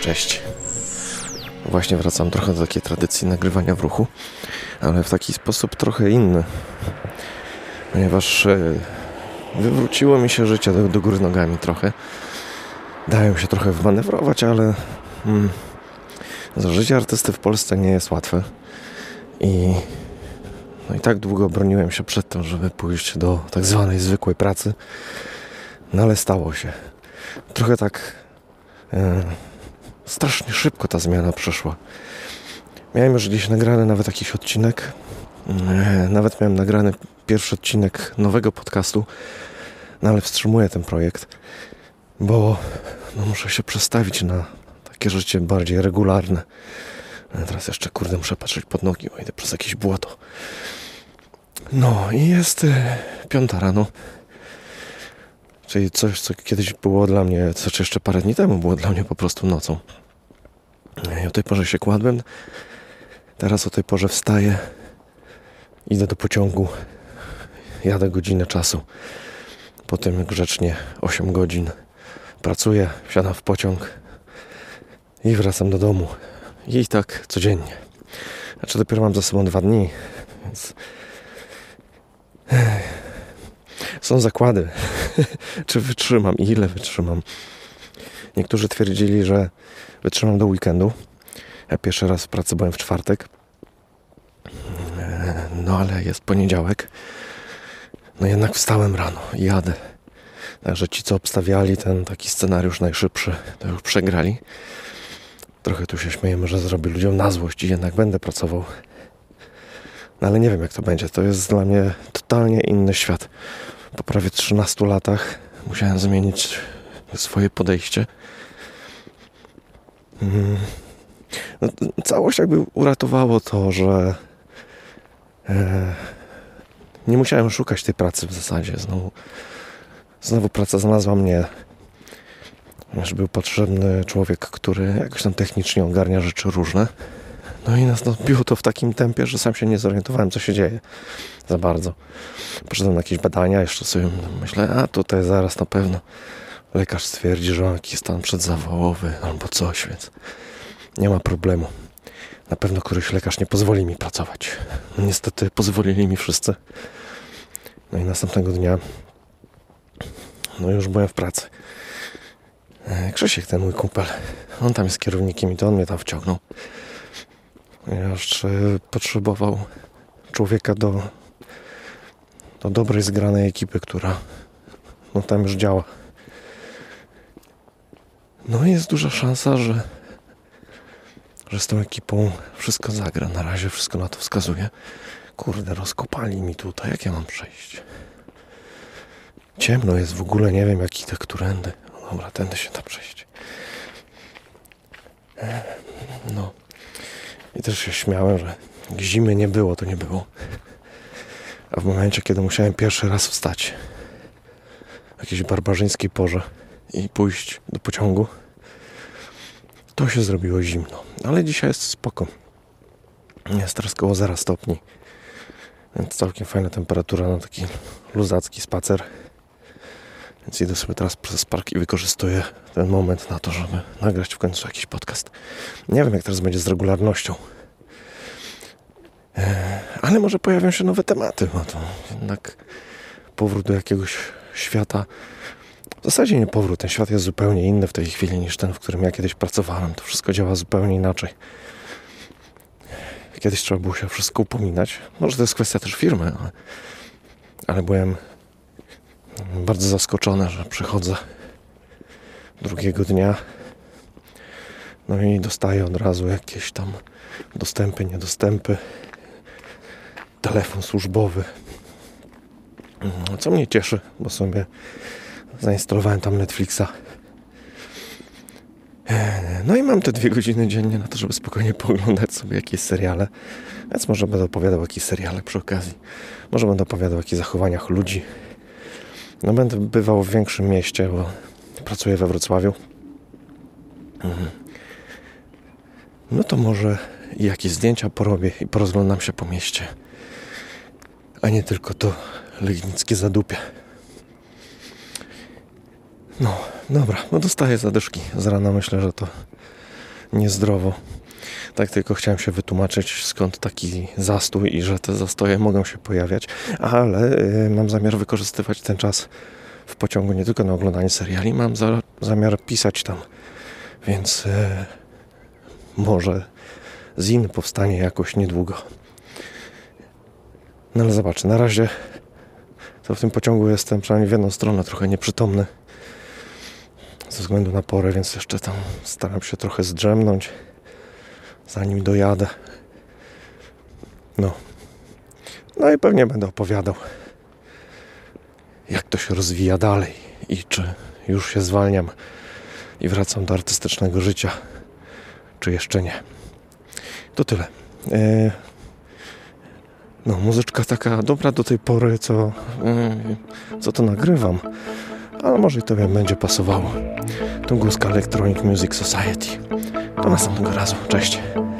Cześć. Właśnie wracam trochę do takiej tradycji nagrywania w ruchu, ale w taki sposób trochę inny. Ponieważ wywróciło mi się życie do góry nogami trochę. Dają się trochę wmanewrować, ale życie artysty w Polsce nie jest łatwe. I tak długo broniłem się przed tym, żeby pójść do tak zwanej zwykłej pracy. No ale stało się. Trochę tak strasznie szybko ta zmiana przeszła. Miałem już gdzieś nagrany nawet jakiś odcinek. Nawet miałem nagrany pierwszy odcinek nowego podcastu. No ale wstrzymuję ten projekt, bo muszę się przestawić na takie życie bardziej regularne. Teraz jeszcze muszę patrzeć pod nogi, bo idę przez jakieś błoto. No i jest 5 rano. Czyli coś, co kiedyś było dla mnie, co jeszcze parę dni temu było dla mnie po prostu nocą. I o tej porze się kładłem. Teraz o tej porze wstaję. Idę do pociągu. Jadę godzinę czasu. Potem grzecznie 8 godzin pracuję, wsiadam w pociąg i wracam do domu. I tak codziennie. Znaczy dopiero mam za sobą 2 dni, więc są zakłady, czy wytrzymam i ile wytrzymam. Niektórzy twierdzili, że wytrzymam do weekendu. Ja pierwszy raz w pracy byłem w czwartek. No ale jest poniedziałek. No jednak wstałem rano i jadę. Także ci, co obstawiali ten taki scenariusz najszybszy, to już przegrali. Trochę tu się śmiejemy, że zrobię ludziom na złość i jednak będę pracował. No ale nie wiem, jak to będzie. To jest dla mnie totalnie inny świat. Po prawie 13 latach musiałem zmienić swoje podejście. No, całość jakby uratowało to, że nie musiałem szukać tej pracy w zasadzie. Znowu praca znalazła mnie. Że był potrzebny człowiek, który jakoś tam technicznie ogarnia rzeczy różne. No i nastąpiło to w takim tempie, że sam się nie zorientowałem, co się dzieje za bardzo. Poszedłem na jakieś badania, jeszcze sobie myślę, tutaj zaraz na pewno lekarz stwierdzi, że mam jakiś stan przedzawałowy albo coś, więc nie ma problemu. Na pewno któryś lekarz nie pozwoli mi pracować. No niestety pozwolili mi wszyscy. No i następnego dnia już byłem w pracy. Krzysiek, ten mój kumpel, on tam jest kierownikiem i to on mnie tam wciągnął. Ponieważ potrzebował człowieka do dobrej, zgranej ekipy, która tam już działa. No i jest duża szansa, że z tą ekipą wszystko zagra. Na razie wszystko na to wskazuje. Kurde, rozkopali mi tutaj. Jak ja mam przejść? Ciemno jest w ogóle, nie wiem jaki te którędy. No dobra, tędy się da przejść. No. I też się śmiałem, że jak zimy nie było, to nie było. A w momencie, kiedy musiałem pierwszy raz wstać w jakiejś barbarzyńskiej porze i pójść do pociągu, to się zrobiło zimno. Ale dzisiaj jest spoko. Jest teraz koło 0 stopni. Więc całkiem fajna temperatura na taki luzacki spacer. Więc idę sobie teraz przez park i wykorzystuję ten moment na to, żeby nagrać w końcu jakiś podcast. Nie wiem, jak teraz będzie z regularnością. Ale może pojawią się nowe tematy, bo to jednak powrót do jakiegoś świata. W zasadzie nie powrót, ten świat jest zupełnie inny w tej chwili niż ten, w którym ja kiedyś pracowałem. To wszystko działa zupełnie inaczej. Kiedyś trzeba było się wszystko upominać. Może to jest kwestia też firmy, ale byłem bardzo zaskoczony, że przychodzę drugiego dnia i dostaję od razu jakieś tam dostępy, niedostępy, telefon służbowy, co mnie cieszy, bo sobie zainstalowałem tam Netflixa. No i mam te 2 godziny dziennie na to, żeby spokojnie pooglądać sobie jakieś seriale. Więc może będę opowiadał o jakichś seriale przy okazji. Może będę opowiadał o jakichś zachowaniach ludzi. Będę bywał w większym mieście, bo pracuję we Wrocławiu. No to może i jakieś zdjęcia porobię i porozglądam się po mieście. A nie tylko to legnickie zadupie. No, dobra, dostaję zadyszki z rana. Myślę, że to niezdrowo. Tak tylko chciałem się wytłumaczyć, skąd taki zastój i że te zastoje mogą się pojawiać, ale mam zamiar wykorzystywać ten czas w pociągu nie tylko na oglądanie seriali, mam zamiar pisać tam, więc może zin powstanie jakoś niedługo. No ale zobacz, na razie to w tym pociągu jestem przynajmniej w jedną stronę trochę nieprzytomny ze względu na porę, więc jeszcze tam staram się trochę zdrzemnąć, zanim dojadę. No i pewnie będę opowiadał, jak to się rozwija dalej i czy już się zwalniam i wracam do artystycznego życia, czy jeszcze nie. To tyle. Muzyczka taka dobra do tej pory, co to nagrywam, ale może i tobie będzie pasowało. Tunguska Electronic Music Society. Do następnego razu. Cześć.